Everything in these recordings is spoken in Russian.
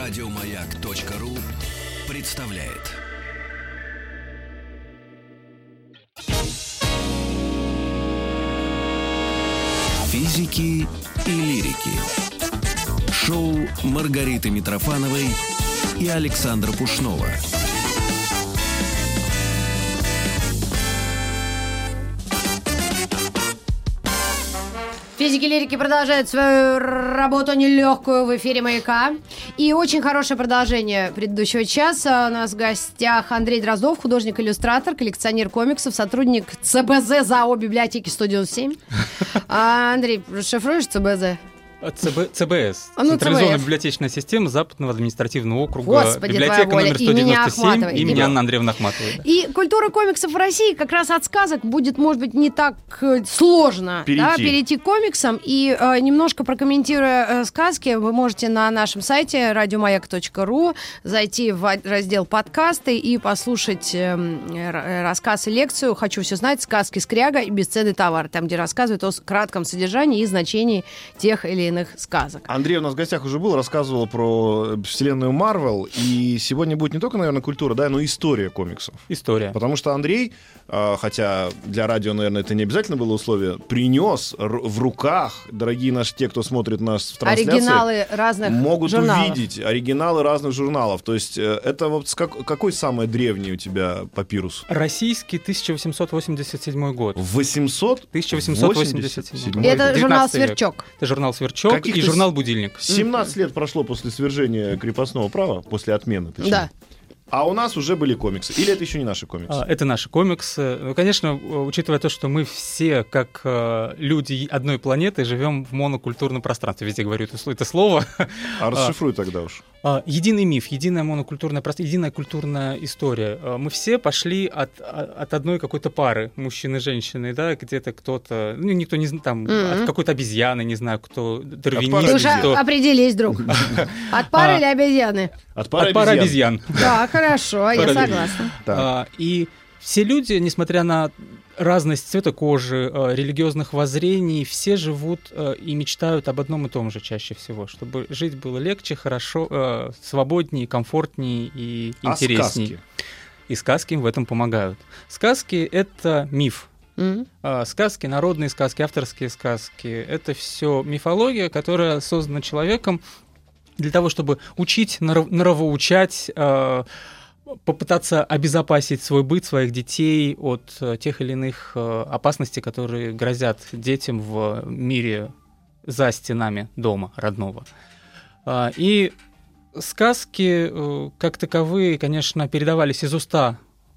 Радиомаяк.ру представляет. Физики и лирики. Шоу Маргариты Митрофановой и Александра Пушнова. Физики и лирики продолжают свою работу нелегкую в эфире «Маяка». И очень хорошее продолжение предыдущего часа. У нас в гостях Андрей Дроздов, художник-иллюстратор, коллекционер комиксов, сотрудник ЦБЗ ЗАО библиотеки 197. Андрей, расшифруешь ЦБЗ? ЦБС. Ну, Централизованная ЦБС. библиотечная система Западного административного округа. Господи, библиотека твоя воля. номер Имени 197 Ахматовой. имени Анны Андреевны Ахматовой. Да. И культура комиксов в России как раз от сказок будет, может быть, не так сложно перейти к комиксам. И немножко прокомментируя сказки, вы можете на нашем сайте радиомаяк.ру зайти в раздел «Подкасты» и послушать рассказ и лекцию «Хочу все знать. Сказки Скряга и бесценный товар», там, где рассказывают о кратком содержании и значении тех или иных сказок. Андрей у нас в гостях уже был, рассказывал про вселенную Марвел, и сегодня будет не только, наверное, культура, да, но и история комиксов. История. Потому что Андрей, хотя для радио, наверное, это не обязательно было условие, принес в руках, дорогие наши те, кто смотрит нас в трансляции, Оригиналы разных могут журналов. увидеть оригиналы разных журналов. То есть это вот какой самый древний у тебя папирус? Российский 1887 год. 1887. Это журнал 19 век. «Сверчок». Это журнал «Сверчок» и журнал «Будильник». 17 лет прошло после свержения крепостного права, после отмены. Точнее. Да. А у нас уже были комиксы. Или это еще не наши комиксы? Это наши комиксы. Ну, конечно, учитывая то, что мы все, как люди одной планеты, живем в монокультурном пространстве. Везде говорю это слово. А расшифруй тогда уж. Единый миф, единое монокультурное пространство, единая культурная история. Мы все пошли от одной какой-то пары, мужчины и женщины, да, где-то кто-то, ну, никто не знает, там, от какой-то обезьяны, не знаю, кто, дарвинист. Ты уже определись, друг. От пары или обезьяны? От пары обезьян. Да, хорошо, я согласна. И все люди, несмотря на разность цвета кожи, религиозных воззрений, все живут и мечтают об одном и том же чаще всего, чтобы жить было легче, хорошо, свободнее, комфортнее и интереснее. И сказки им в этом помогают. Сказки — это миф. Сказки, народные сказки, авторские сказки — это все мифология, которая создана человеком для того, чтобы учить, нравоучать, попытаться обезопасить свой быт, своих детей от тех или иных опасностей, которые грозят детям в мире за стенами дома родного. И сказки, как таковые, конечно, передавались из уста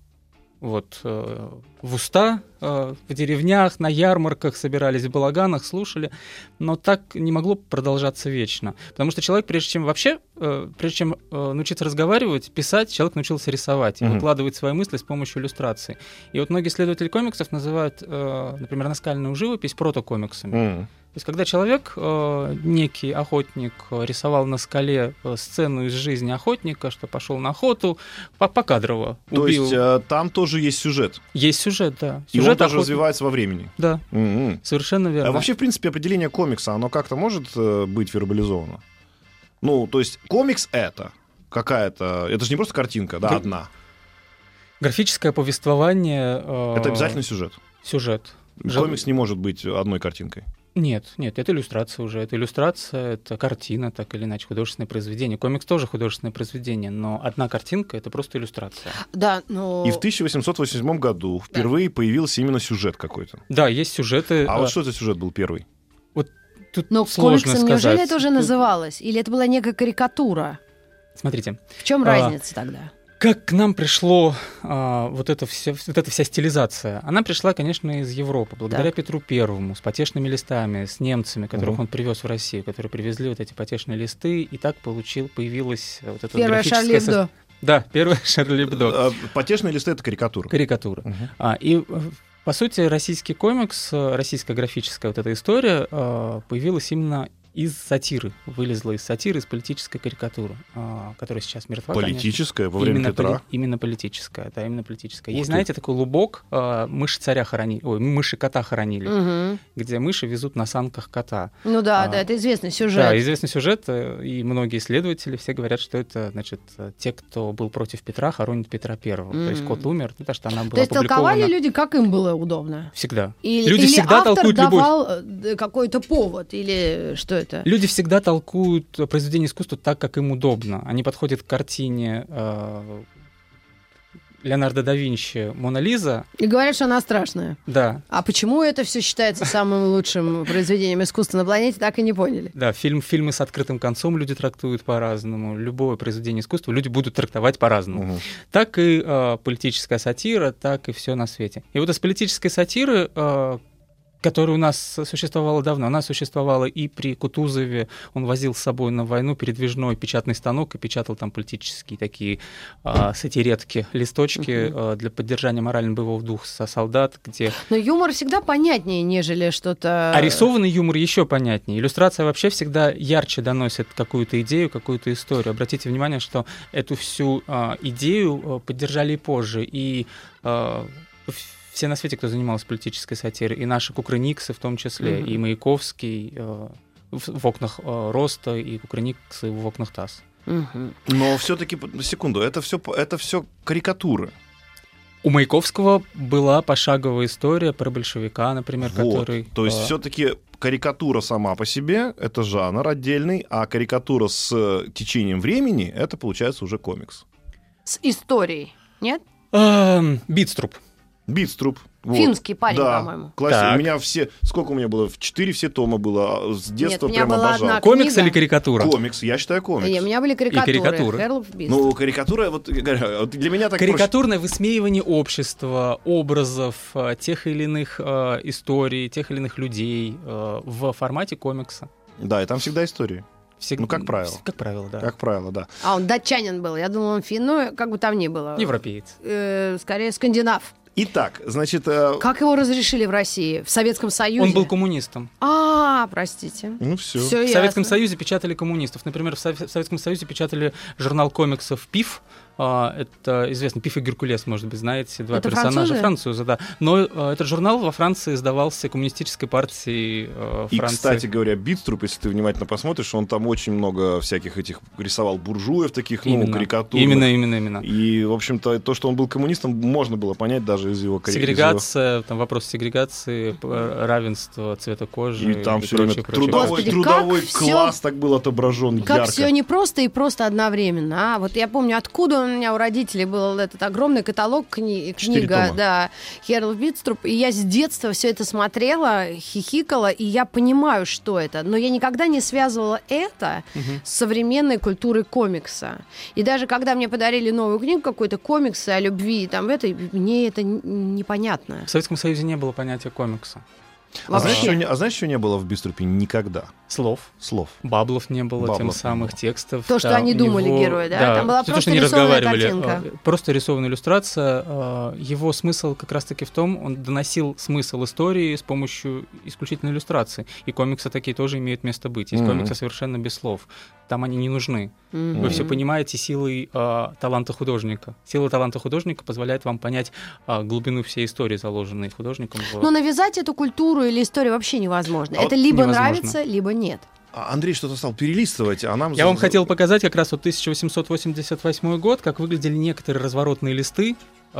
в уста, в деревнях, на ярмарках собирались, в балаганах, слушали, но так не могло продолжаться вечно. Потому что человек, прежде чем научиться разговаривать, писать, человек научился рисовать и выкладывать свои мысли с помощью иллюстраций. И вот многие исследователи комиксов называют, например, наскальную живопись протокомиксами. То есть, когда человек, некий охотник, рисовал на скале сцену из жизни охотника, что пошел на охоту, покадрово убил. То есть там тоже есть сюжет? Есть сюжет, да. И он тоже развивается во времени? Да, совершенно верно. А вообще, в принципе, определение комикса, оно как-то может быть вербализовано? Ну, то есть комикс — это какая-то... Это же не просто картинка, да, одна. Графическое повествование... Это обязательно сюжет? Сюжет. Комикс не может быть одной картинкой? Нет, это иллюстрация уже. Это иллюстрация, это картина, так или иначе, художественное произведение. Комикс тоже художественное произведение, но одна картинка — это просто иллюстрация. Да, но... И в 1887 году впервые появился именно сюжет какой-то. Да, есть сюжеты. А вот что за сюжет был первый? Вот тут но сложно комиксом сказать. неужели это уже называлось? Или это была некая карикатура? Смотрите. В чем разница тогда? Как к нам пришло вот эта вся стилизация? Она пришла, конечно, из Европы, благодаря Петру Первому, с потешными листами, с немцами, которых он привез в Россию, которые привезли вот эти потешные листы, и так появилась вот эта первая графическая... Шарли Эбдо. Да, первая Шарли Эбдо. Потешные листы — это карикатура. Карикатура. И, по сути, российский комикс, российская графическая вот эта история появилась именно из сатиры, вылезла из сатиры, из политической карикатуры, которая сейчас мертва, Политическая? Конечно. Во время Петра? Именно политическая, да, именно политическая. Есть, знаете, такой лубок, мыши кота хоронили, где мыши везут на санках кота. Ну да, это известный сюжет. Да, известный сюжет, и многие исследователи все говорят, что это, значит, те, кто был против Петра, хоронят Петра Первого. То есть кот умер, потому что она была То есть опубликована... толковали люди, как им было удобно? Всегда. Или Люди всегда автор толкуют давал какой-то повод, или что это? Люди всегда толкуют произведение искусства так, как им удобно. Они подходят к картине Леонардо да Винчи «Мона Лиза». И говорят, что она страшная. Да. А почему это все считается самым лучшим произведением искусства на планете, так и не поняли. Да, фильмы с открытым концом люди трактуют по-разному. Любое произведение искусства люди будут трактовать по-разному. Так и политическая сатира, так и все на свете. И вот из политической сатиры, которая у нас существовала давно. Она существовала и при Кутузове. Он возил с собой на войну передвижной печатный станок и печатал там политические такие сатиретки, листочки для поддержания морально-боевого духа солдат, где... Но юмор всегда понятнее, нежели что-то... А рисованный юмор еще понятнее. Иллюстрация вообще всегда ярче доносит какую-то идею, какую-то историю. Обратите внимание, что эту всю идею поддержали и позже. И все на свете, кто занимался политической сатирой, и наши Кукрыниксы в том числе, и Маяковский в окнах Роста, и Кукрыниксы в окнах ТАСС. Но все-таки, секунду, это все карикатуры. У Маяковского была пошаговая история про большевика, например, который... То есть все-таки карикатура сама по себе — это жанр отдельный, а карикатура с течением времени — это, получается, уже комикс. С историей, нет? Битструп. Битструп. Финский парень, да, по-моему. Классика. У меня сколько у меня было? 4 все тома было. С детства Нет, прям обожал. Комикс или карикатура? Комикс, я считаю комикс. Нет, у меня были карикатуры. И карикатуры. Ну, карикатура, вот для меня так карикатурное высмеивание общества, образов, тех или иных историй, тех или иных людей в формате комикса. Да, и там всегда истории. Ну, как правило. Как правило, да. Как правило, да. А он датчанин был. Я думал, он фин. Ну, как бы там ни было. Европеец. Скорее, скандинав. Итак, значит... Как его разрешили в России? В Советском Союзе? Он был коммунистом. Простите. Ну, все. В Советском Союзе печатали коммунистов. Например, в Советском Союзе печатали журнал комиксов «Пиф». Это известно, Пиф и Геркулес, может быть, знаете, два это персонажа. Французы, да. Но этот журнал во Франции издавался коммунистической партией Франции. И, кстати говоря, Битструп, если ты внимательно посмотришь, он там очень много всяких этих рисовал буржуев таких, карикатурных. Именно. И, в общем-то, то, что он был коммунистом, можно было понять даже из его карикатуры. Сегрегация, там вопрос сегрегации, равенства цвета кожи. И там все время трудовой класс так был отображен ярко. Как все непросто и просто одновременно. Вот я помню, откуда у меня у родителей был этот огромный каталог, книга, да, Херл Битструп, и я с детства все это смотрела, хихикала, и я понимаю, что это, но я никогда не связывала это с современной культурой комикса. И даже когда мне подарили новую книгу, какой-то комикс о любви, там мне это непонятно. В Советском Союзе не было понятия комикса. А знаешь, что не было в Биструпе никогда? Слов. Баблов не было, тем самых текстов. То, что они думали, герои, да? Там была просто рисованная картинка. Просто рисованная иллюстрация. Его смысл как раз-таки в том, он доносил смысл истории с помощью исключительной иллюстрации. И комиксы такие тоже имеют место быть. Есть комиксы совершенно без слов. Там они не нужны. Вы все понимаете силой таланта художника. Сила таланта художника позволяет вам понять глубину всей истории, заложенной художником. Но навязать эту культуру или историю вообще невозможно. Это либо нравится, либо нет. Андрей что-то стал перелистывать, а нам... Я вам хотел показать как раз 1888 год, как выглядели некоторые разворотные листы.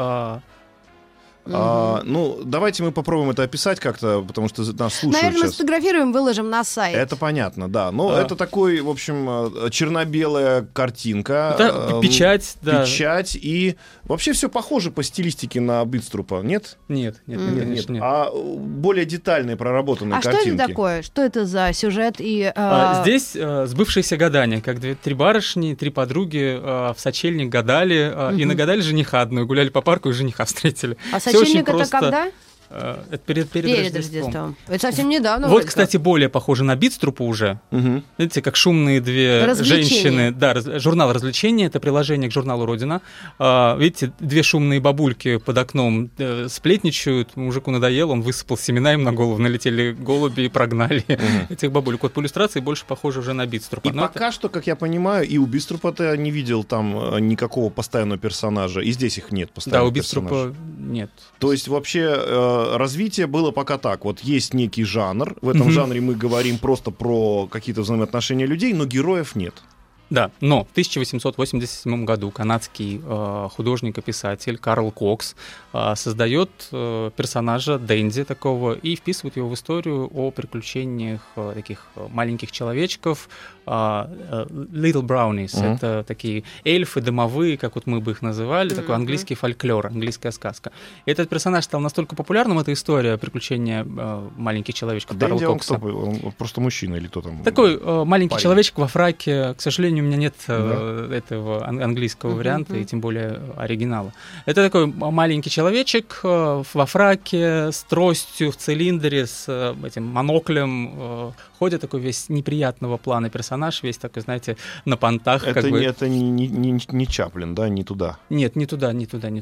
Давайте мы попробуем это описать как-то, потому что нас слушают. Наверное, сейчас. Мы сфотографируем, выложим на сайт. Это понятно, да. Но это такой, в общем, черно-белая картинка. Это печать, да. Печать. И вообще все похоже по стилистике на Битструпа, нет? Нет, конечно, нет. А более детальные, проработанные картинки. А что это такое? Что это за сюжет? Здесь сбывшееся гадание, как три барышни, три подруги в сочельник гадали, и нагадали жениха одну, гуляли по парку и жениха встретили. Сочельник это когда? Это перед Рождеством. Это совсем недавно. Вот, кстати, более похоже на Битструпа уже. Видите, как шумные две женщины. Да, журнал «Развлечения» — это приложение к журналу «Родина». Видите, две шумные бабульки под окном сплетничают. Мужику надоело, он высыпал семена, им на голову налетели голуби и прогнали этих бабулек. Вот по иллюстрации больше похоже уже на Битструпа. И пока что, как я понимаю, и у Битструпа-то не видел там никакого постоянного персонажа, и здесь их нет постоянных персонажей. Да, у Битструпа нет. То есть вообще развитие было пока так. Вот есть некий жанр, в этом жанре мы говорим просто про какие-то взаимоотношения людей, но героев нет. Да, но в 1887 году канадский художник и писатель Карл Кокс создает персонажа Дэнди такого и вписывает его в историю о приключениях таких маленьких человечков, Little Brownies. Это такие эльфы домовые, как вот мы бы их называли, такой английский фольклор, английская сказка. И этот персонаж стал настолько популярным, эта история приключения маленьких человечков Карла Кокса. Он просто мужчина или кто там? Такой маленький человечек во фраке, к сожалению, у меня нет этого английского варианта, и тем более оригинала. Это такой маленький человечек во фраке, с тростью, в цилиндре, с этим моноклем, ходит такой весь неприятного плана персонаж, весь такой, знаете, на понтах. Это не Чаплин, да, не туда? Нет, не туда.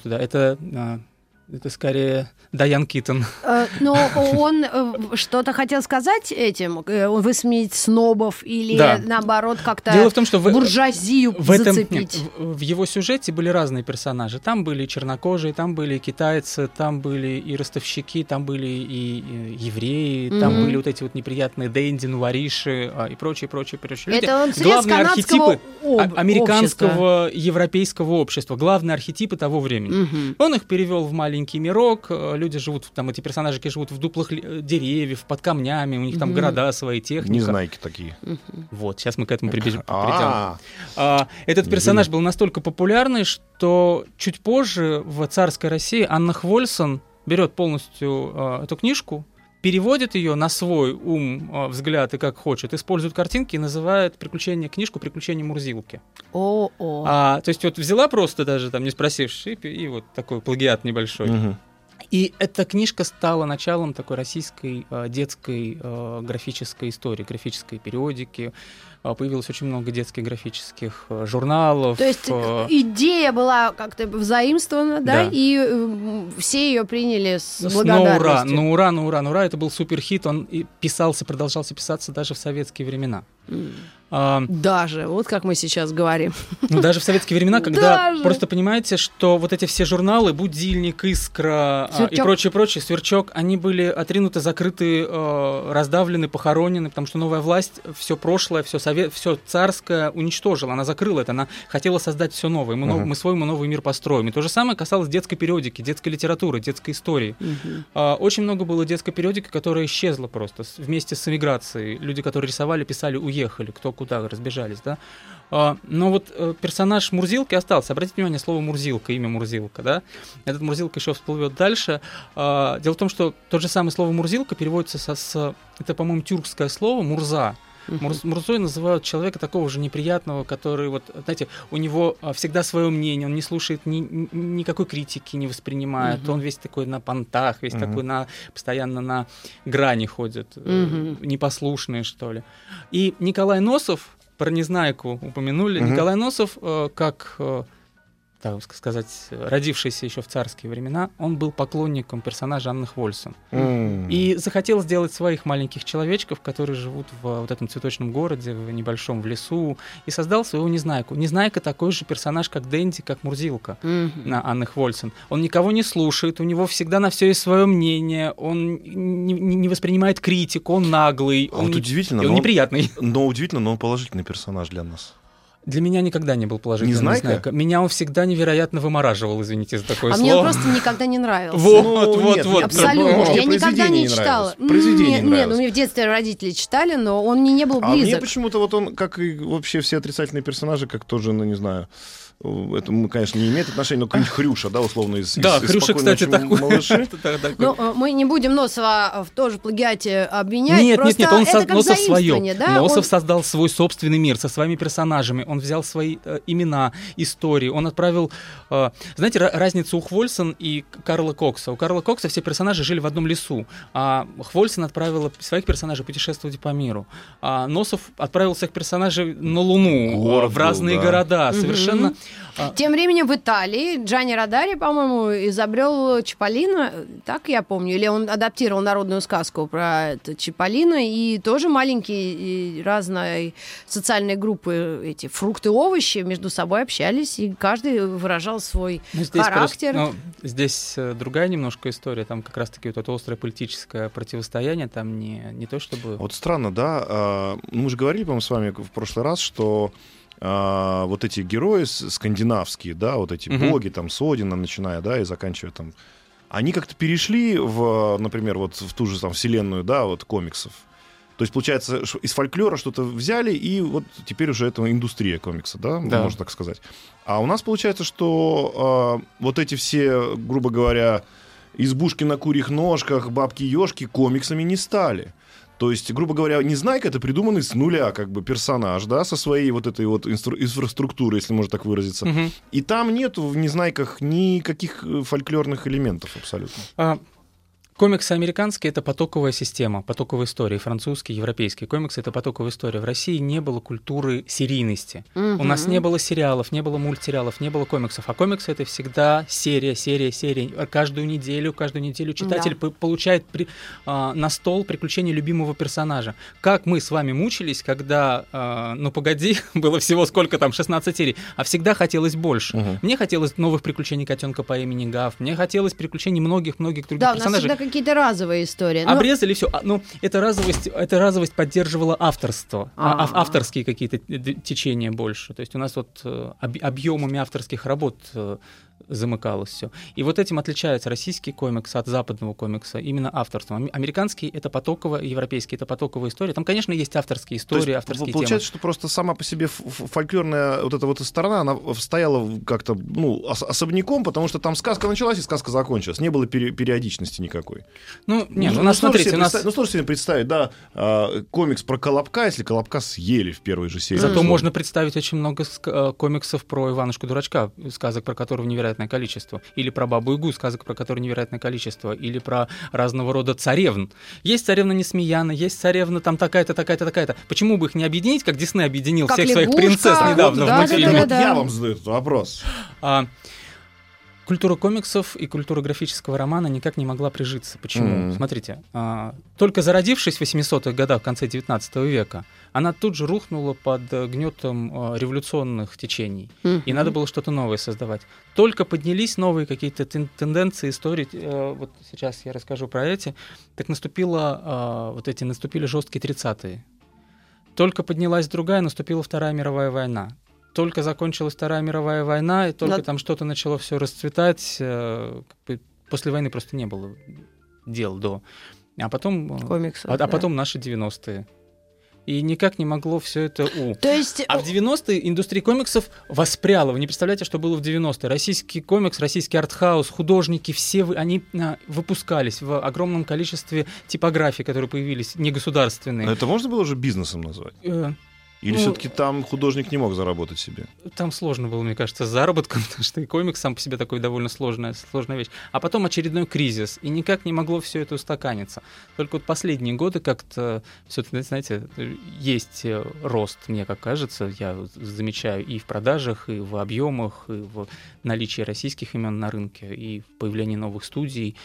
Это скорее Дайан Китон. Но он что-то хотел сказать этим? Высмеять снобов или, наоборот, как-то Дело в том, что буржуазию зацепить? В его сюжете были разные персонажи. Там были и чернокожие, там были и китайцы, там были и ростовщики, там были и евреи, там были вот эти вот неприятные денди, нуариши и прочие люди. Это он главные архетипы американского, общества. Европейского общества, главные архетипы того времени. Он их перевел в маленький мирок, люди живут, там эти персонажики живут в дуплах деревьев, под камнями, у них там города свои, техника. Незнайки такие. Вот, сейчас мы к этому придем. Этот персонаж был настолько популярный, что чуть позже в царской России Анна Хвольсон берет полностью эту книжку, переводит ее на свой ум, взгляд и как хочет, использует картинки и называет книжку «Приключения Мурзилки». То есть вот взяла просто даже там не спросившись, и вот такой плагиат небольшой. И эта книжка стала началом такой российской детской графической истории, графической периодики. Появилось очень много детских графических журналов. То есть идея была как-то взаимствована, да? И все ее приняли с благодарностью. На ура. Это был суперхит, он и продолжался писаться даже в советские времена. Даже, вот как мы сейчас говорим. Даже в советские времена, когда просто понимаете, что вот эти все журналы, «Будильник», «Искра» и прочее, «Сверчок», они были отринуты, закрыты, раздавлены, похоронены, потому что новая власть все прошлое, все царское уничтожила, она закрыла это, она хотела создать все новое, мы свой новый мир построим. И то же самое касалось детской периодики, детской литературы, детской истории. Очень много было детской периодики, которая исчезла просто вместе с эмиграцией. Люди, которые рисовали, писали, уехали, кто куда, разбежались, да. Но вот персонаж Мурзилки остался. Обратите внимание, слово «Мурзилка», имя Мурзилка, да. Этот Мурзилка еще всплывет дальше. Дело в том, что тот же самый слово «Мурзилка» переводится это, по-моему, тюркское слово «мурза». Мурзой называют человека такого же неприятного, который, вот, знаете, у него всегда свое мнение, он не слушает никакой критики, не воспринимает, он весь такой на понтах, весь такой постоянно на грани ходит, непослушный, что ли. И Николай Носов, про Незнайку упомянули, Николай Носов, как... так сказать, родившийся еще в царские времена, он был поклонником персонажа Анны Хвольсон. И захотел сделать своих маленьких человечков, которые живут в вот этом цветочном городе, в небольшом в лесу, и создал своего Незнайку. Незнайка такой же персонаж, как Дэнди, как Мурзилка на Анны Хвольсон. Он никого не слушает, у него всегда на все есть свое мнение, он не воспринимает критику, он наглый, он неприятный. Но удивительно, но он положительный персонаж для нас. Для меня никогда не был положительным Незнайка. Меня он всегда невероятно вымораживал, извините за такое слово. Мне он просто никогда не нравился. Вот. Абсолютно. Я никогда не читала. Произведение не нравилось. Мне в детстве родители читали, но он мне не был близок. А мне почему-то вот он, как и вообще все отрицательные персонажи, как тоже, не знаю... Это, конечно, не имеет отношения, но какой-нибудь Хрюша, да, условно, из Хрюша, кстати, такой. Ну, мы не будем Носова в тоже плагиате обвинять. Нет, он Носов свое. Носов создал свой собственный мир со своими персонажами. он взял свои имена, истории, он отправил... Знаете, разница у Хвольсон и Карла Кокса. У Карла Кокса все персонажи жили в одном лесу, а Хвольсон отправила своих персонажей путешествовать по миру. А Носов отправил своих персонажей на Луну, в разные города. Совершенно... Тем временем в Италии Джанни Родари, по-моему, изобрел Чиполлино, так я помню, или он адаптировал народную сказку про Чиполлино, и тоже маленькие и разные социальные группы, эти фрукты, овощи, между собой общались, и каждый выражал свой характер. Здесь другая немножко история, там как раз-таки вот это острое политическое противостояние, там не то чтобы... Вот странно, да? Мы же говорили, по-моему, с вами в прошлый раз, что вот эти герои скандинавские, да, вот эти боги, там, с Одина, начиная, да, и заканчивая там, они как-то перешли например, вот в ту же там вселенную, да, вот комиксов. То есть, получается, из фольклора что-то взяли, и вот теперь уже это индустрия комикса, да, можно так сказать. А у нас получается, что вот эти все, грубо говоря, избушки на курьих ножках, бабки-ежки комиксами не стали. То есть, грубо говоря, Незнайка — это придуманный с нуля как бы персонаж, да, со своей вот этой вот инфраструктурой, если можно так выразиться. И там нету в Незнайках никаких фольклорных элементов абсолютно. Комиксы американские — это потоковая система, потоковая история. Французские, европейские комиксы — это потоковая история. В России не было культуры серийности. У нас не было сериалов, не было мультсериалов, не было комиксов. А комиксы — это всегда серия. Каждую неделю читатель получает на стол приключения любимого персонажа. Как мы с вами мучились, когда, ну погоди, было всего сколько там, 16 серий, а всегда хотелось больше. Мне хотелось новых приключений котенка по имени Гав, мне хотелось приключений многих других персонажей. Какие-то разовые истории. Обрезали все. Ну, эта разовость поддерживала авторство. Авторские какие-то течения больше. То есть у нас вот объемами авторских работ замыкалось все. И вот этим отличается российский комикс от западного комикса именно авторством. Американский — это потоковая, европейский — это потоковая история. Там, конечно, есть авторские истории, авторские темы. Получается, что просто сама по себе фольклорная вот эта вот сторона, она стояла как-то, ну, особняком, потому что там сказка началась и сказка закончилась. Не было периодичности никакой. Ну, нет, у нас, смотрите, сложно себе представить, да, комикс про Колобка, если Колобка съели в первой же серии. Зато можно представить очень много комиксов про Иванушку-дурачка, сказок, про которого невероятное количество, или про Бабу-Ягу, сказок, про которую невероятное количество, или про разного рода царевн. Есть царевна Несмеяна, есть царевна там такая-то. Почему бы их не объединить, как Дисней объединил как всех своих принцесс недавно в мультфильме? Я вам задаю этот вопрос. Культура комиксов и культура графического романа никак не могла прижиться. Почему? Смотрите, только зародившись в 800-х годах, в конце 19 века, она тут же рухнула под гнетом революционных течений. И надо было что-то новое создавать. Только поднялись новые какие-то тенденции, истории. Вот сейчас я расскажу про эти. Так наступили жесткие 30-е. Только поднялась другая, наступила Вторая мировая война. Только закончилась Вторая мировая война, и только там что-то начало все расцветать. После войны просто не было дел до. А потом, потом наши 90-е. И никак не могло все это А в 90-е индустрия комиксов воспряла. Вы не представляете, что было в 90-е. Российский комикс, российский артхаус, художники, все они выпускались в огромном количестве типографий, которые появились, негосударственные. Но это можно было уже бизнесом назвать? Или все-таки там художник не мог заработать себе? Там сложно было, мне кажется, с заработком, потому что и комикс сам по себе такой довольно сложная вещь. А потом очередной кризис, и никак не могло все это устаканиться. Только вот последние годы как-то все-таки, знаете, есть рост, мне как кажется, я замечаю и в продажах, и в объемах, и в наличии российских имен на рынке, и в появлении новых студий.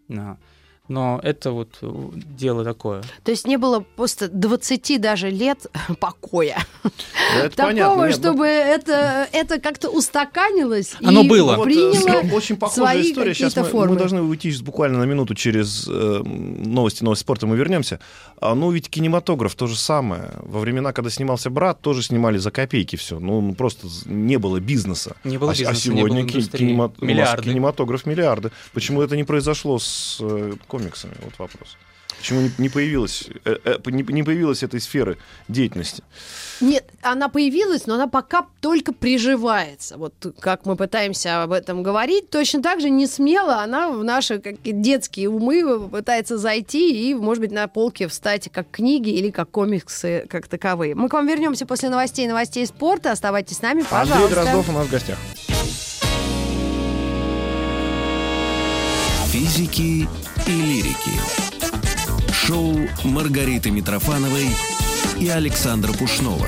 Но это вот дело такое. То есть не было просто 20 даже лет покоя. Это такого, понятно. Чтобы это как-то устаканилось. Оно и было. Приняло очень похожая свои история. Сейчас мы должны уйти буквально на минуту через новости спорта. Мы вернемся. Ну, ведь кинематограф то же самое. Во времена, когда снимался «Брат», тоже снимали за копейки все. Ну, просто не было бизнеса. Не было бизнеса, а сегодня кинематограф миллиарды. Почему это не произошло с комиксами? Вот вопрос. Почему не появилась этой сферы деятельности? Нет, она появилась, но она пока только приживается. Вот как мы пытаемся об этом говорить, точно так же не смело она в наши детские умы пытается зайти и, может быть, на полке встать как книги или как комиксы как таковые. Мы к вам вернемся после новостей спорта. Оставайтесь с нами, пожалуйста. Андрей Дроздов у нас в гостях. Физики и лирики. Шоу Маргариты Митрофановой и Александра Пушнова.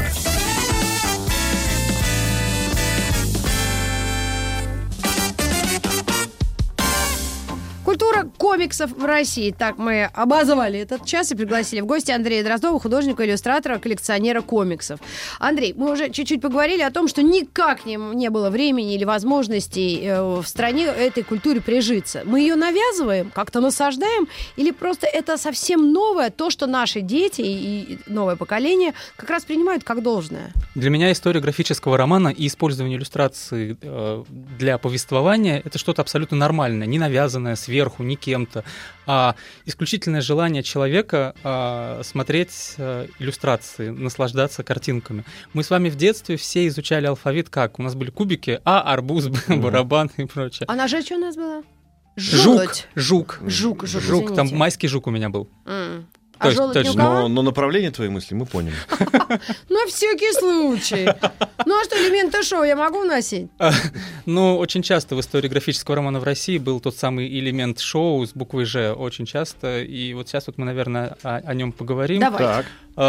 Культура комиксов в России. Так мы обозвали этот час и пригласили в гости Андрея Дроздова, художника, иллюстратора, коллекционера комиксов. Андрей, мы уже чуть-чуть поговорили о том, что никак не было времени или возможностей в стране этой культуре прижиться. Мы ее навязываем, как-то насаждаем, или просто это совсем новое, то, что наши дети и новое поколение как раз принимают как должное? Для меня история графического романа и использование иллюстрации для повествования — это что-то абсолютно нормальное, не навязанное сверху, ни кем-то, а исключительное желание человека смотреть иллюстрации, наслаждаться картинками. Мы с вами в детстве все изучали алфавит как? У нас были кубики, арбуз, барабан и прочее. А ножа что у нас было? Жук, там майский жук у меня был. А желудь не у кого? Но направление твоей мысли мы поняли. На всякий случай. Ну а что, элементы шоу я могу вносить? Ну, очень часто в истории графического романа в России был тот самый элемент шоу с буквой «Ж», очень часто. И вот сейчас вот мы, наверное, о нем поговорим. Давай.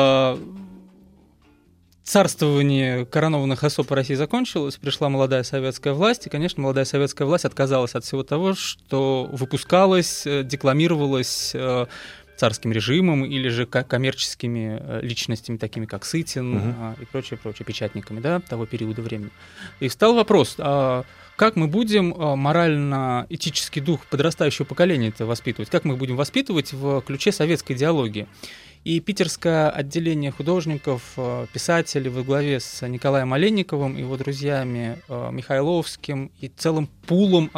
Царствование коронованных особ в России закончилось, пришла молодая советская власть, и, конечно, молодая советская власть отказалась от всего того, что выпускалось, декламировалось царским режимом или же коммерческими личностями, такими как Сытин и прочие печатниками, да, того периода времени. И встал вопрос, как мы будем морально-этический дух подрастающего поколения-то воспитывать, как мы будем воспитывать в ключе советской идеологии. И питерское отделение художников, писателей во главе с Николаем Олейниковым и его друзьями Михайловским и целым пулом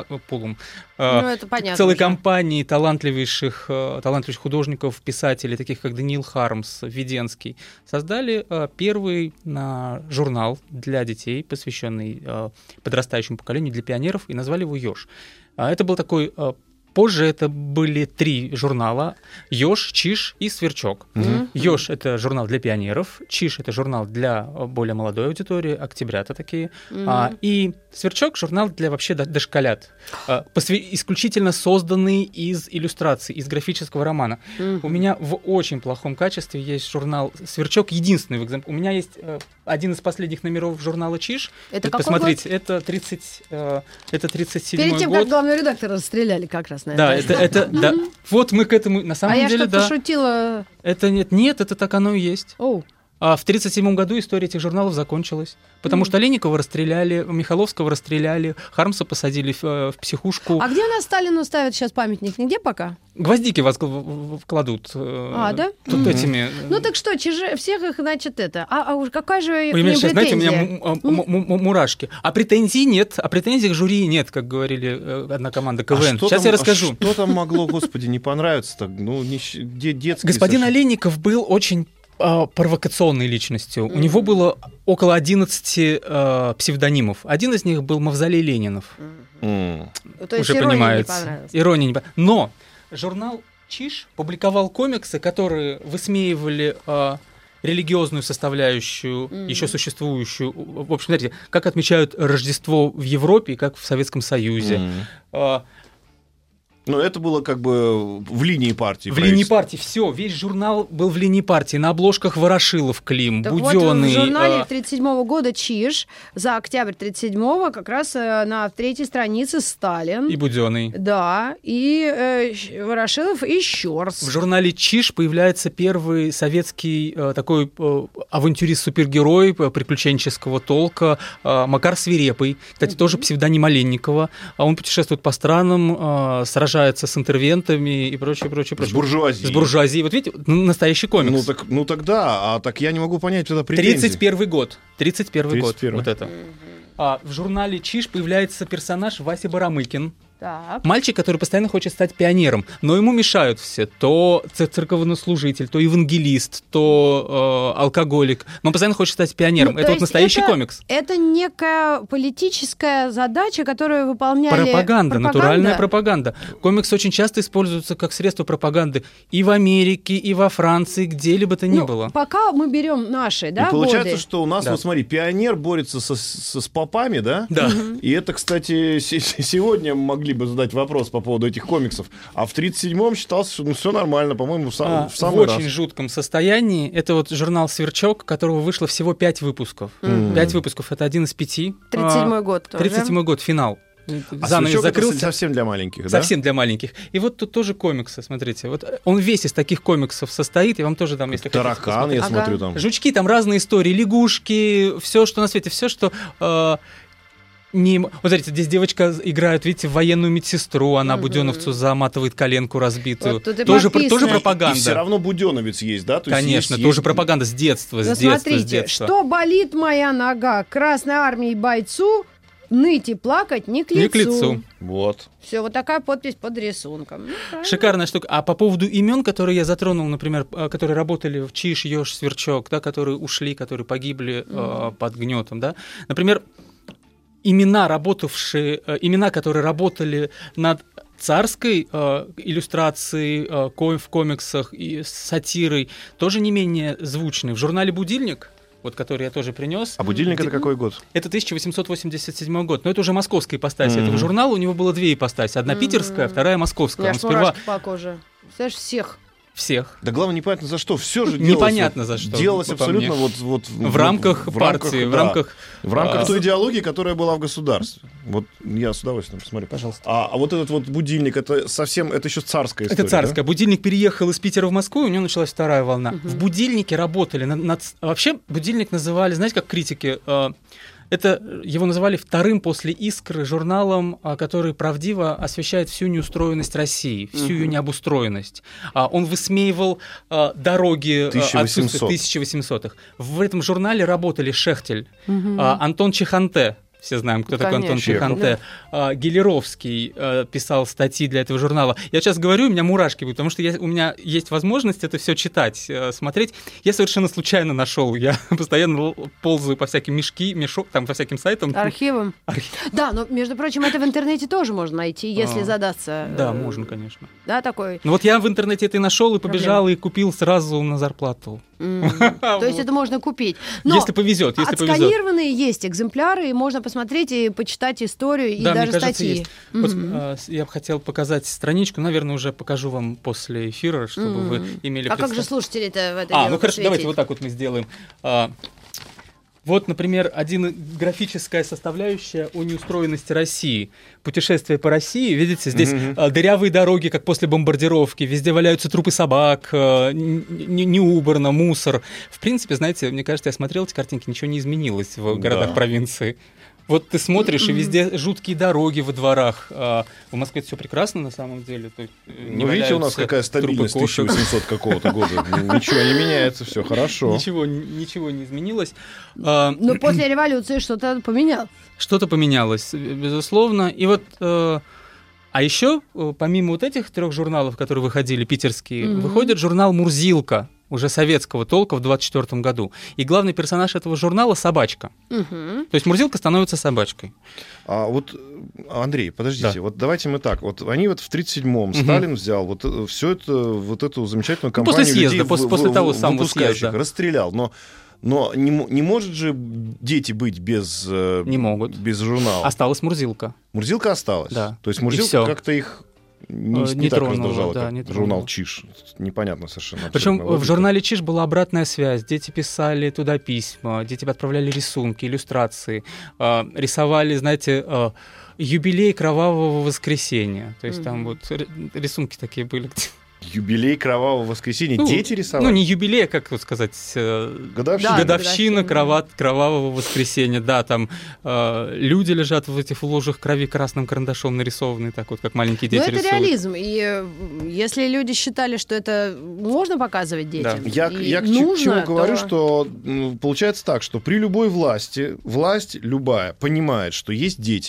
целой компанией талантливейших художников, писателей, таких как Даниил Хармс, Веденский, создали первый журнал для детей, посвященный подрастающему поколению, для пионеров, и назвали его «Ёж». Это был такой... Позже это были 3 журнала: «Ёж», «Чиж» и «Сверчок». «Ёж» — это журнал для пионеров, «Чиж» — это журнал для более молодой аудитории, «Октябрята» такие, и «Сверчок» — журнал для вообще дошколят, исключительно созданный из иллюстраций, из графического романа. У меня в очень плохом качестве есть журнал «Сверчок», единственный в экземпляре. У меня есть один из последних номеров журнала «Чиж». Это посмотрите, год? Это 37-й год. Перед тем, как главного редактора расстреляли как раз. Да, да. Вот мы к этому, на самом деле, да. А я что, пошутила? Это нет, это так оно и есть. А в 1937 году история этих журналов закончилась, потому что Олейникова расстреляли, Михайловского расстреляли, Хармса посадили в психушку. А где у нас Сталину ставят сейчас памятник? Нигде пока? Гвоздики вкладут. Да? Тут этими... Ну так что, всех их, значит, это... А уж какая же к ним претензия? Знаете, у меня мурашки. А претензий нет, а претензий к жюри нет, как говорили одна команда КВН. Сейчас я расскажу. Что там могло, господи, не понравиться-то? Ну, детский... Господин Олейников был очень провокационной личностью. У него было около 11 псевдонимов. Один из них был Мавзолей Ленинов. То есть ирония не понравилась. Ирония не понравилась. Но журнал «Чиж» публиковал комиксы, которые высмеивали религиозную составляющую, еще существующую. В общем, смотрите, как отмечают Рождество в Европе и как в Советском Союзе. Но это было как бы в линии партии. В линии партии, все, весь журнал был в линии партии. На обложках Ворошилов, Клим, так Будённый. Вот в журнале 1937 года «Чиж» за октябрь 1937 как раз на 3-й странице Сталин. И Будённый. Да, и Ворошилов, и Щёрс. В журнале «Чиж» появляется первый советский такой авантюрист-супергерой приключенческого толка Макар Свирепый. Кстати, тоже псевдоним Олейникова. Он путешествует по странам, сражается с интервентами и прочее. С буржуазией. С буржуазией. Вот видите, настоящий комикс. Ну тогда, так я не могу понять тогда претензии. 31 год. 31 год. Вот это. В журнале «Чиж» появляется персонаж Вася Барамыкин. Так. Мальчик, который постоянно хочет стать пионером, но ему мешают все. То церковнослужитель, то евангелист, то алкоголик. Но он постоянно хочет стать пионером. Это вот настоящий комикс. Это некая политическая задача, которую выполняли... Пропаганда, натуральная пропаганда. Комиксы очень часто используются как средство пропаганды и в Америке, и во Франции, где-либо то ни было. Пока мы берем наши, да, и получается, годы. что у нас, вот смотри, пионер борется с попами, да? Да. И это, кстати, сегодня могли бы задать вопрос по поводу этих комиксов. А в 1937-м считалось, что все нормально, по-моему, в самый раз. В очень жутком состоянии. Это вот журнал «Сверчок», которого вышло всего 5 выпусков. 5 выпусков — это один из 5. 37-й год тоже. 37-й год, финал. Занавес закрылся. Совсем для маленьких, да? Совсем для маленьких. И вот тут тоже комиксы, смотрите. Вот он весь из таких комиксов состоит, я вам тоже дам, если таракан, я смотрю там. Жучки, там разные истории, лягушки, все, что на свете, все, что... Вот смотрите, здесь девочка играет, видите, в военную медсестру, она буденовцу заматывает коленку разбитую. Вот тоже пропаганда. И все равно буденовец есть, да? То конечно, есть тоже пропаганда с детства, с детства. Что болит моя нога? Красной армии бойцу ныть и плакать не к лицу. Вот. Все, вот такая подпись под рисунком. Шикарная штука. А по поводу имен, которые я затронул, например, которые работали в Чиж, Ёж, Сверчок, да, которые ушли, которые погибли под гнетом, да, например, имена, которые работали над царской иллюстрацией в комиксах и сатирой, тоже не менее звучные. В журнале «Будильник», вот который я тоже принес. А «Будильник» — это какой год? Это 1887 год. Но это уже московская ипостась этого журнала. У него было 2 ипостаси. Одна питерская, вторая московская. Он сперва... по коже. Знаешь, всех. Да главное, непонятно за что. Все же непонятно за что. Делалось абсолютно в рамках партии, в рамках той идеологии, которая была в государстве. Вот я с удовольствием посмотрю. Пожалуйста. А вот этот вот «Будильник», это еще царская история. Это царская. Да? «Будильник» переехал из Питера в Москву, и у него началась вторая волна. В «Будильнике» работали вообще «Будильник» называли, знаете, как критики... Это его называли вторым после «Искры» журналом, который правдиво освещает всю неустроенность России, всю ее необустроенность. Он высмеивал дороги 1800-х. В этом журнале работали Шехтель, Антон Чеханте. Все знаем, кто такой Антон Чеханте. Гелеровский писал статьи для этого журнала. Я сейчас говорю, у меня мурашки будут, потому что у меня есть возможность это все читать, смотреть. Я совершенно случайно нашел. Я постоянно ползаю по всяким там, по всяким сайтам. Архивам. Да, но, между прочим, это в интернете тоже можно найти, если задаться. Да, можно, конечно. Да, такой. Ну вот я в интернете это и нашел, и побежал, и купил сразу на зарплату. То есть это можно купить. Если повезет. Отсканированные есть экземпляры, и можно посмотреть и почитать историю, и даже статьи. Вот, я бы хотел показать страничку, наверное, уже покажу вам после эфира, чтобы вы имели представление. А как же слушатели-то в это дело ну хорошо, давайте вот так вот мы сделаем. Вот, например, графическая составляющая о неустроенности России. Путешествие по России, видите, здесь дырявые дороги, как после бомбардировки, везде валяются трупы собак, не убрано, мусор. В принципе, знаете, мне кажется, я смотрел эти картинки, ничего не изменилось в городах провинции. Вот ты смотришь, и везде жуткие дороги во дворах. В Москве все прекрасно на самом деле. Ну, видите, у нас какая стабильность 1800 какого-то года. Ничего не меняется, все хорошо. Ничего не изменилось. Но после революции что-то поменялось. Что-то поменялось, безусловно. И вот... А еще, помимо вот этих 3 журналов, которые выходили, питерские, выходит журнал «Мурзилка», уже советского толка в 1924 году. И главный персонаж этого журнала — собачка. То есть Мурзилка становится собачкой. А вот, Андрей, подождите, вот давайте мы так. Вот они вот в 1937-м Сталин взял вот все это, вот эту замечательную компанию после съезда, людей, после того самого съезда. Расстрелял. Но не может же дети быть без журнала. Осталась Мурзилка. Мурзилка осталась. Да. То есть Мурзилка как-то их не так раздражала, да, как журнал «Чиж». Непонятно совершенно. Причем в журнале «Чиж» была обратная связь. Дети писали туда письма, дети отправляли рисунки, иллюстрации, рисовали, знаете, юбилей Кровавого воскресенья. То есть там вот рисунки такие были. Юбилей Кровавого воскресенья. Дети рисовали? Ну, не юбилей, а, как вот сказать, годовщина Кровавого воскресенья. Да, там люди лежат в этих лужах крови красным карандашом нарисованные, так вот, как маленькие дети рисуют. Ну, это реализм. И если люди считали, что это можно показывать детям, я к чему говорю, что получается так, что при любой власти, власть любая понимает, что есть дети,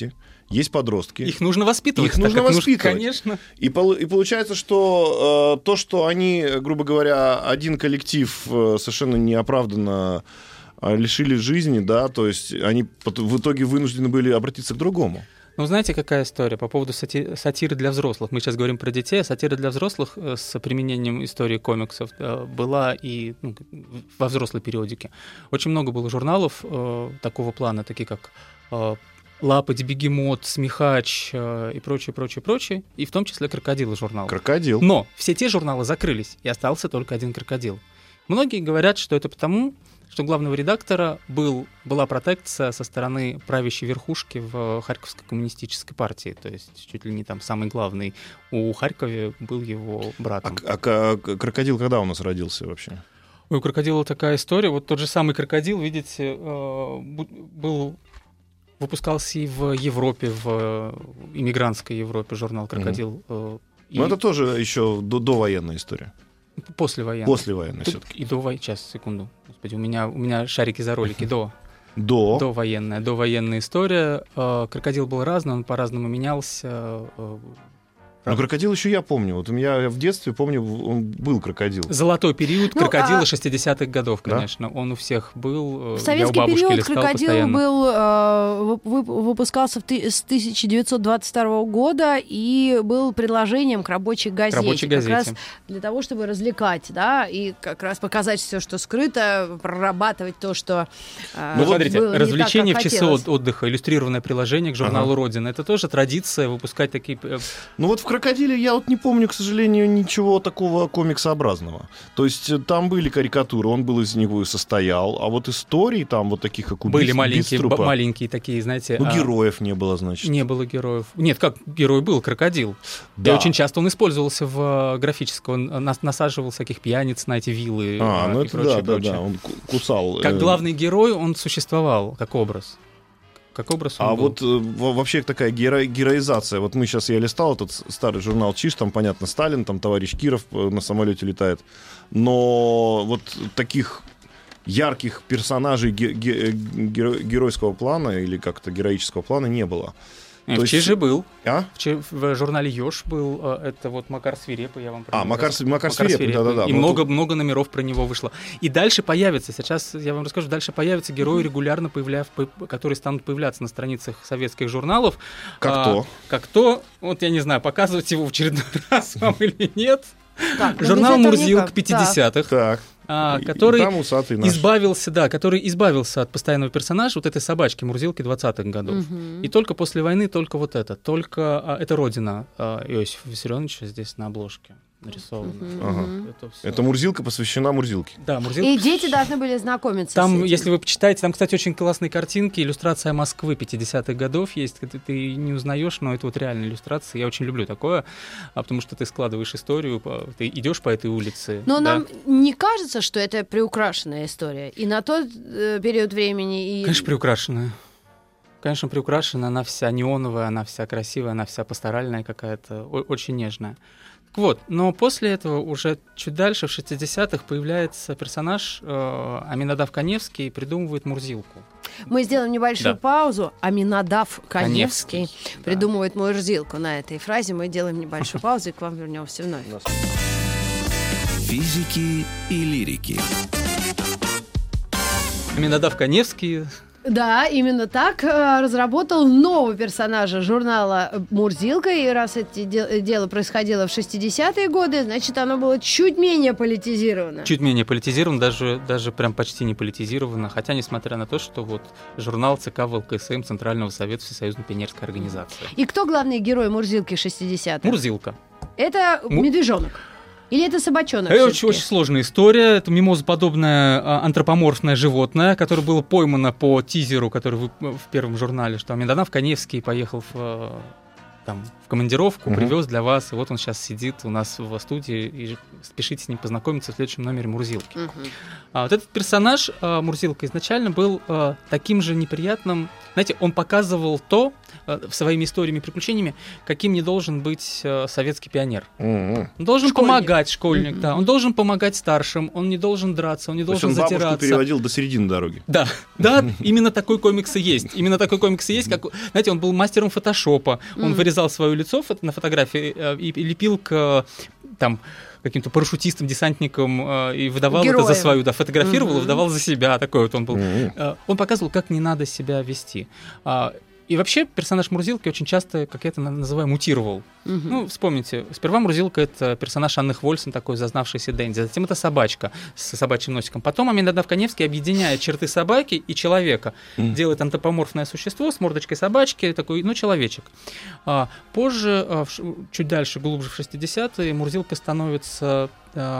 есть подростки. Их нужно воспитывать. Конечно. И получается, что то, что они, грубо говоря, один коллектив совершенно неоправданно лишили жизни, да, то есть они в итоге вынуждены были обратиться к другому. Ну, знаете, какая история по поводу сатиры для взрослых? Мы сейчас говорим про детей, а сатира для взрослых с применением истории комиксов была и во взрослой периодике. Очень много было журналов такого плана, такие как «Лапоть», «Бегемот», «Смехач» и прочее, и в том числе «Крокодил» журнал. «Крокодил». Но все те журналы закрылись, и остался только один «Крокодил». Многие говорят, что это потому, что у главного редактора была протекция со стороны правящей верхушки в Харьковской коммунистической партии. То есть чуть ли не там самый главный у Харькова был его братом. А «Крокодил» когда у нас родился вообще? У «Крокодила» такая история. Вот тот же самый «Крокодил», видите, выпускался и в Европе, в иммигрантской Европе журнал «Крокодил». Но это тоже еще довоенная история. Послевоенная. Послевоенная все-таки. И сейчас, секунду. Господи, у меня шарики за ролики. Довоенная история. «Крокодил» был разный, он по-разному менялся. Но «Крокодил» еще я помню. Вот у меня в детстве, помню, он был «Крокодил». Золотой период «Крокодила» 60-х годов, конечно. Да? Он у всех был. В советский период «Крокодил» выпускался с 1922 года и был предложением к рабочей газете. Как раз для того, чтобы развлекать, да, и как раз показать все, что скрыто, прорабатывать то, что смотрите, развлечение в часы отдыха, иллюстрированное приложение к журналу «Родина». Это тоже традиция выпускать такие... Ну вот в «Крокодиле» я вот не помню, к сожалению, ничего такого комиксообразного. То есть там были карикатуры, он был из него и состоял, а вот историй там вот таких, как убийств, были маленькие такие, знаете... героев не было, значит. Не было героев. Нет, как герой был, «Крокодил». Да. И очень часто он использовался в графическом, он насаживал всяких пьяниц на эти виллы и прочее. Да, он кусал. Как главный герой он существовал, как образ. Вот вообще такая героизация. Вот я листал этот старый журнал «Чиж», там, понятно, Сталин, там товарищ Киров на самолете летает. Но вот таких ярких персонажей геройского плана или как-то героического плана не было. В «Чиже» был. В журнале «Ёж» был. Это вот Макар Свирепый, я вам про него Макар Свирепый, да. И много номеров про него вышло. И дальше появится, сейчас я вам расскажу, дальше появятся герои, регулярно которые станут появляться на страницах советских журналов. Как кто? Вот я не знаю, показывать его в очередной раз вам или нет. Журнал «Мурзилка» 50-х. Так. Который избавился от постоянного персонажа, вот этой собачки Мурзилки 20-х годов. И только после войны только это «Родина» Иосифа Виссарионовича здесь на обложке нарисовано. Это Мурзилка посвящена Мурзилке. Да, Мурзилка. И дети должны были знакомиться там, с этим. если вы почитаете, там, кстати, очень классные картинки, иллюстрация Москвы 50-х годов есть. Ты не узнаешь, но это вот реальная иллюстрация. Я очень люблю такое, потому что ты складываешь историю, ты идешь по этой улице. Но нам не кажется, что это приукрашенная история. И на тот период времени... Конечно, приукрашенная. Конечно, приукрашена, она вся неоновая, она вся красивая, она вся пасторальная какая-то, очень нежная. Вот, но после этого уже чуть дальше, в 60-х, появляется персонаж Аминадав Каневский, придумывает Мурзилку. Мы сделаем небольшую паузу. Аминадав Каневский придумывает Мурзилку. На этой фразе мы делаем небольшую паузу и к вам вернемся вновь. Физики и лирики. Аминадав Каневский... Да, именно так разработал нового персонажа журнала «Мурзилка». И раз это дело происходило в 60-е годы, значит, оно было чуть менее политизировано. Чуть менее политизировано, даже прям почти не политизировано. Хотя, несмотря на то, что вот журнал ЦК ВЛКСМ Центрального Совета Всесоюзной пионерской организации. И кто главный герой «Мурзилки» 60-х? Мурзилка. Это медвежонок. Или это собачонок? Это очень сложная история. Это мимозоподобное антропоморфное животное, которое было поймано по тизеру, который в первом журнале, что Аминадав Каневский поехал в там в командировку, привез для вас, и вот он сейчас сидит у нас в студии, и спешите с ним познакомиться в следующем номере «Мурзилки». Вот этот персонаж Мурзилка изначально был таким же неприятным. Знаете, он показывал своими историями и приключениями, каким не должен быть советский пионер. Он должен помогать, школьник, да. Он должен помогать старшим, он не должен драться, он не должен затираться. Он бабушку переводил до середины дороги. Да, именно такой комикс и есть. Как, знаете, он был мастером фотошопа. Он вырезал свое лицо на фотографии и лепил к каким-то парашютистом, десантником и выдавал это за свою, фотографировал и выдавал за себя. Такой вот он был. Он показывал, как не надо себя вести. И вообще персонаж Мурзилки очень часто, как я это называю, мутировал. Ну, вспомните, сперва Мурзилка — это персонаж Анны Хвольсон, такой зазнавшийся Дэнди, затем это собачка с собачьим носиком. Потом Аминадав Каневский объединяет черты собаки и человека, делает антропоморфное существо с мордочкой собачки, такой, человечек. Позже, чуть дальше, глубже в 60-е, Мурзилка становится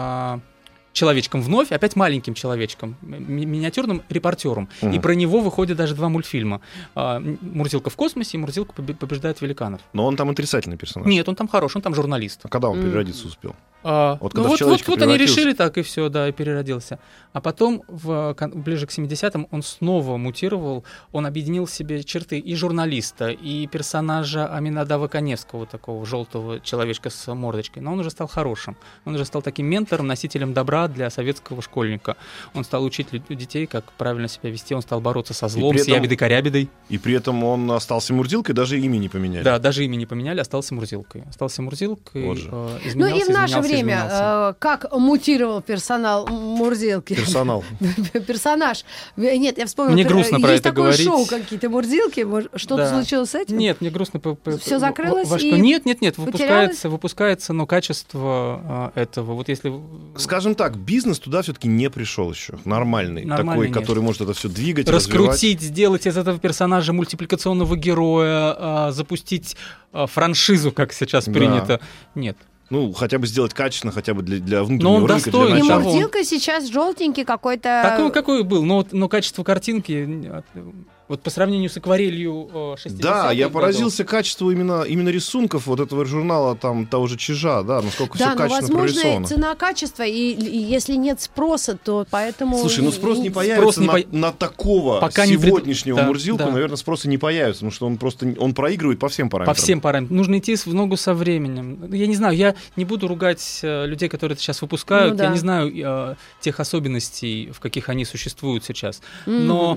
человечком вновь, опять маленьким человечком, миниатюрным репортером. И про него выходят даже 2 мультфильма. «Мурзилка в космосе» и «Мурзилка побеждает великанов». Но он там отрицательный персонаж. Нет, он там хороший, он там журналист. А когда он переродиться успел? Вот они решили так, и все, и переродился. А потом, ближе к 70-м, он снова мутировал, он объединил в себе черты и журналиста, и персонажа Аминадава Каневского, такого желтого человечка с мордочкой. Но он уже стал хорошим. Он уже стал таким ментором, носителем добра для советского школьника. Он стал учить детей, как правильно себя вести, он стал бороться со злом, с ябедой-корябедой. И при этом он остался Мурзилкой, даже имя не поменяли. Да, даже имя не поменяли, остался Мурзилкой. Вот же. И в наше время, как мутировал персонал Мурзилки? Персонаж. Нет, я вспомнила. Мне грустно про это говорить. Есть такое шоу какие-то Мурзилки. Что-то случилось с этим? Нет, мне грустно. Все закрылось? Нет. Выпускается, но качество этого. Вот если... Скажем так, бизнес туда все-таки не пришел еще. Нормальный такой, нет. Который может это все двигать, раскрутить, развивать. сделать из этого персонажа мультипликационного героя, запустить франшизу, как сейчас принято. Нет. Хотя бы сделать качественно, хотя бы для внутреннего рынка. Достоин. И Мурзилка сейчас желтенький какой-то... Такой, какой был, но качество картинки... Вот по сравнению с акварелью 60-х Да, я поразился качеству именно рисунков вот этого журнала, там, того же Чижа, насколько все качественно прорисовано. Возможно, цена-качество, и если нет спроса, то поэтому... Слушай, спрос не появится на такого сегодняшнего Мурзилку, наверное, спроса не появится, потому что он проигрывает по всем параметрам. По всем параметрам. Нужно идти в ногу со временем. Я не знаю, я не буду ругать людей, которые это сейчас выпускают, я не знаю тех особенностей, в каких они существуют сейчас, но...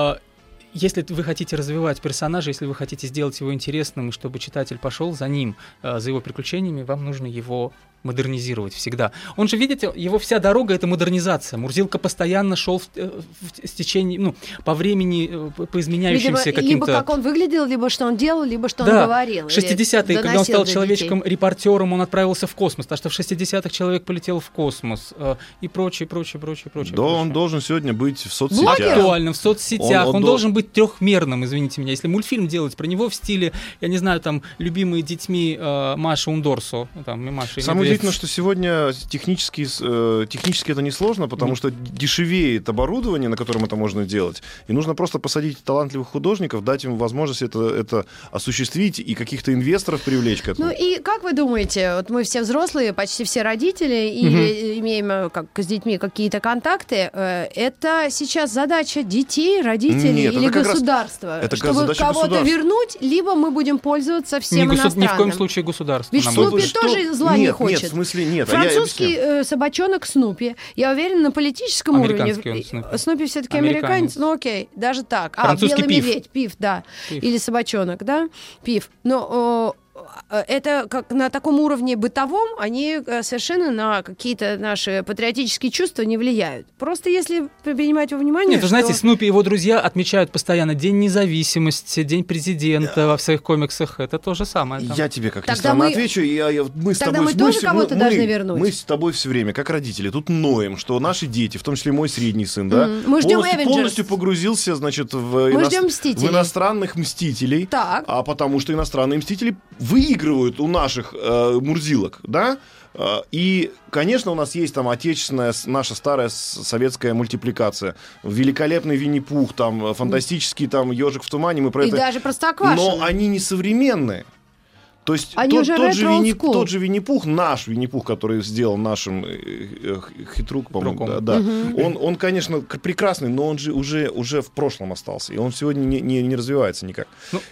Если вы хотите развивать персонажа, если вы хотите сделать его интересным, и чтобы читатель пошел за ним, за его приключениями, вам нужно его модернизировать всегда. Он же, видите, его вся дорога — это модернизация. Мурзилка постоянно шел в течение, по времени, по изменяющимся каким-то... Либо как он выглядел, либо что он делал, либо что он говорил. 60-е, когда он стал человечком-репортером, он отправился в космос, потому что в 60-х человек полетел в космос и прочее. Да, он должен сегодня быть в соцсетях. Актуальным, в соцсетях. Он должен быть трехмерным, извините меня. Если мультфильм делать про него в стиле, я не знаю, там, любимые детьми Маша Ундорсо, Маша и Удивительно, что сегодня технически это несложно, потому что дешевеет оборудование, на котором это можно делать, и нужно просто посадить талантливых художников, дать им возможность это осуществить и каких-то инвесторов привлечь к этому. И как вы думаете, вот мы все взрослые, почти все родители, и имеем с детьми какие-то контакты, это сейчас задача детей, родителей или государства? Чтобы кого-то вернуть, либо мы будем пользоваться всем иностранным. Ни в коем случае государство. Ведь Снупи тоже зла не хочет. Нет, в смысле нет. Французский собачонок Снупи. Я уверена, на политическом уровне. Снупи все-таки американец, окей, даже так. Французский белый медведь, Пиф, да. Или собачонок, да, Пиф. Но это как на таком уровне бытовом, они совершенно на какие-то наши патриотические чувства не влияют. Просто если принимать во внимание, Нет, вы знаете, Снупи и его друзья отмечают постоянно День независимости, День президента во своих комиксах. Это то же самое. Я тебе как ни странно отвечу. Мы с тобой, мы тоже кого-то должны вернуть. Мы с тобой все время, как родители, тут ноем, что наши дети, в том числе мой средний сын, полностью погрузился, значит, в иностранных мстителей. А потому что иностранные мстители выигрывают у наших мурзилок, да? И, конечно, у нас есть там отечественная, наша старая советская мультипликация. Великолепный Винни-Пух, там, фантастический там «Ежик в тумане». Мы про и это... даже Простоквашино. Но они не современные. То есть тот же Винни-Пух, наш Винни-Пух, который сделал нашим Хитрук, по-моему, он, конечно, прекрасный, но он же уже в прошлом остался, и он сегодня не развивается никак.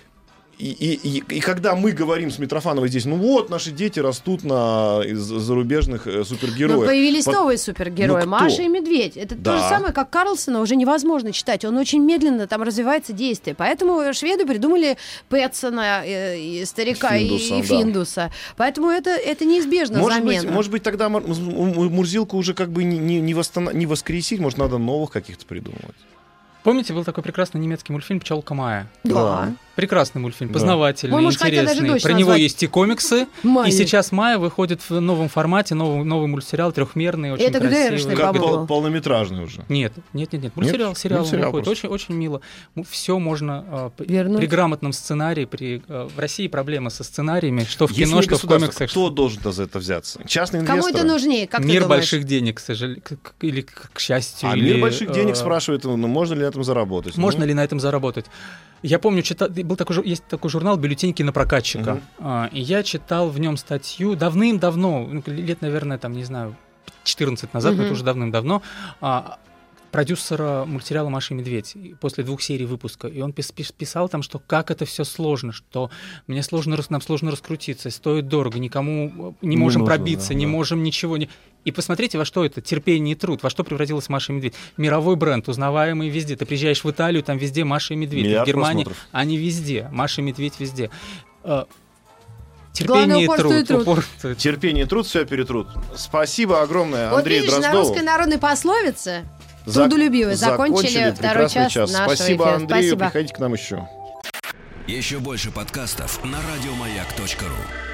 И когда мы говорим с Митрофановой здесь, наши дети растут на зарубежных супергероях. Но появились новые супергерои. Маша и Медведь. Это то же самое, как Карлсона уже невозможно читать. Он очень медленно там развивается действие. Поэтому шведы придумали Пэтсона, старика и Финдуса. Поэтому это неизбежно замена. Может быть, тогда Мурзилку уже как бы не воскресить, может, надо новых каких-то придумывать. Помните, был такой прекрасный немецкий мультфильм «Пчелка Майя»? Да. Прекрасный мультфильм, познавательный, интересный. Про него есть и комиксы. И сейчас «Майя» выходит в новом формате, новый мультсериал, трехмерный, очень красивый. Как полнометражный уже? Нет. Мультсериал выходит. Очень, очень мило. Все можно при грамотном сценарии. В России проблема со сценариями, что в кино, что в комиксах. Кто должен за это взяться? Частные инвесторы? Кому это нужнее? Как мир больших денег, к сожалению, или к счастью. Мир больших денег спрашивает, можно ли на этом заработать? Можно ли на этом заработать? Я помню, есть такой журнал «Бюллетень кинопрокатчика». И я читал в нем статью давным-давно, лет, наверное, 14 назад, но это уже давным-давно, продюсера мультсериала «Маша и Медведь» после 2 серий выпуска. И он писал там, что как это все сложно, что нам сложно раскрутиться, стоит дорого, никому не можем пробиться, не можем ничего. И посмотрите, во что это терпение и труд, во что превратилась «Маша и Медведь». Мировой бренд, узнаваемый везде. Ты приезжаешь в Италию, там везде «Маша и Медведь». В Германии они везде. «Маша и Медведь» везде. Терпение и труд. Терпение и труд, все перетрут. Спасибо огромное, Андрей Дроздову. На русской народной пословице трудолюбивые закончили второй час нашего Спасибо эфира. Андрею, приходите к нам еще. Еще больше подкастов на радиомаяк.ру.